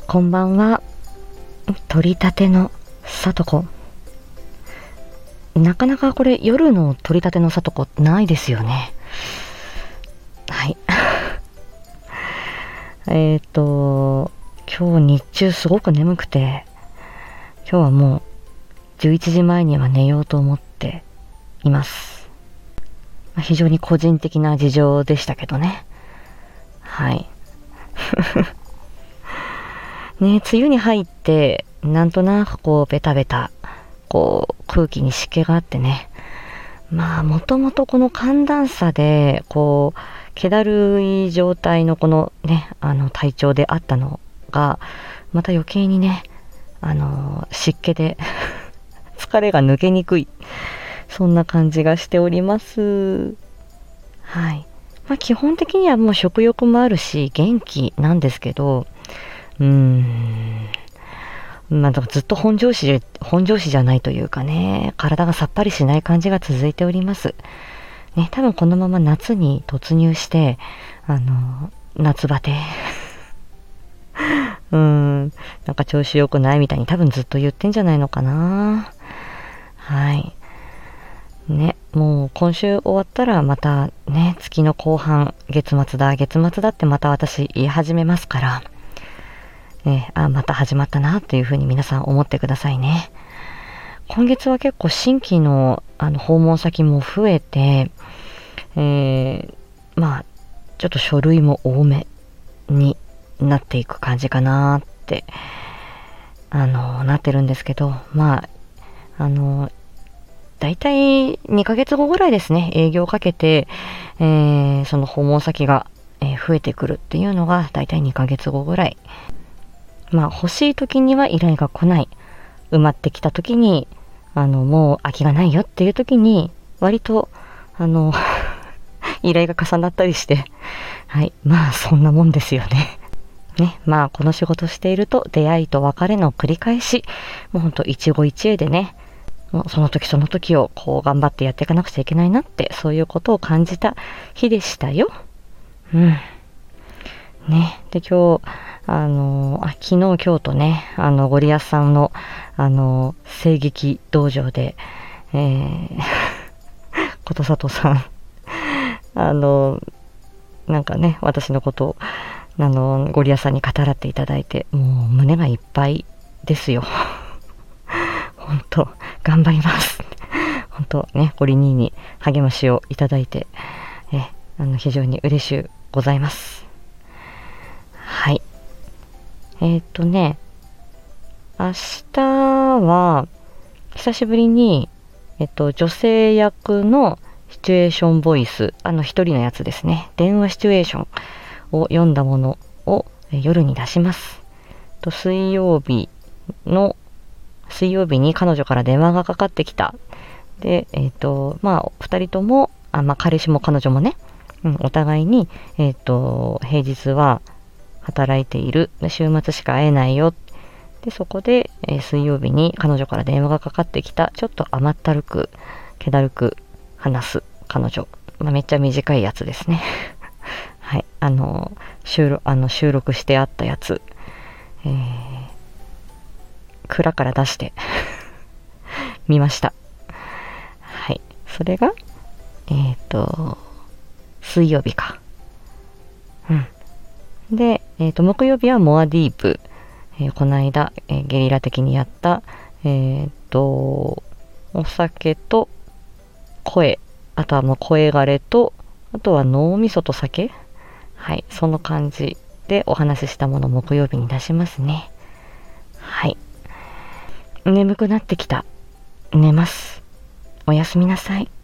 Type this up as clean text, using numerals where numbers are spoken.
こんばんは。取り立てのさとこ。なかなかこれ夜の取り立てのさとこないですよね。はい。今日日中すごく眠くて、今日はもう11時前には寝ようと思っています。非常に個人的な事情でしたけどね。はい。ね、梅雨に入って、なんとなくこう、ベタベタ、こう、空気に湿気があってね。まあ、もともとこの寒暖差で、こう、気だるい状態のこのね、体調であったのが、また余計にね、湿気で、疲れが抜けにくい。そんな感じがしております。はい。まあ、基本的にはもう食欲もあるし、元気なんですけど、まあ、ずっと本調子じゃないというかね、体がさっぱりしない感じが続いております。ね、多分このまま夏に突入して、夏バテ。なんか調子良くないみたいに多分ずっと言ってんじゃないのかな。はい。ね、もう今週終わったらまたね、月の後半、月末だってまた私言い始めますから、また始まったなっていうふうに皆さん思ってくださいね。今月は結構新規の訪問先も増えて、まあちょっと書類も多めになっていく感じかなってなってるんですけど、まあだいたい2ヶ月後ぐらいですね、営業をかけて、その訪問先が、増えてくるっていうのがだいたい2ヶ月後ぐらい。まあ欲しい時には依頼が来ない。埋まってきた時に、もう空きがないよっていう時に、割と、依頼が重なったりして、はい。まあそんなもんですよね。ね。まあこの仕事していると出会いと別れの繰り返し、もうほんと一期一会でね、もうその時その時をこう頑張ってやっていかなくちゃいけないなって、そういうことを感じた日でしたよ。ね。で今日、昨日今日とね、ゴリアスさんの、声劇道場で、ことさとさん、なんかね、私のことを、ゴリアスさんに語らっていただいて、もう胸がいっぱいですよ。本当頑張ります。本当ね、ゴリ兄に励ましをいただいて、非常に嬉しゅうございます。はい。明日は、久しぶりに、女性役のシチュエーションボイス、一人のやつですね。電話シチュエーションを読んだものを夜に出します。水曜日に彼女から電話がかかってきた。で、まあ、二人とも、まあ、彼氏も彼女もね、お互いに、平日は働いている。週末しか会えないよ。で、そこで、水曜日に彼女から電話がかかってきた。ちょっと甘ったるく、気だるく話す彼女。まあ、めっちゃ短いやつですね。はい。収録してあったやつ。蔵から出して見ました。はい。それが、水曜日か。で、木曜日はモアディープ。この間、ゲリラ的にやった、お酒と声、あとはもう声枯れと、あとは脳みそと酒。はい。その感じでお話ししたものを木曜日に出しますね。はい。眠くなってきた。寝ます。おやすみなさい。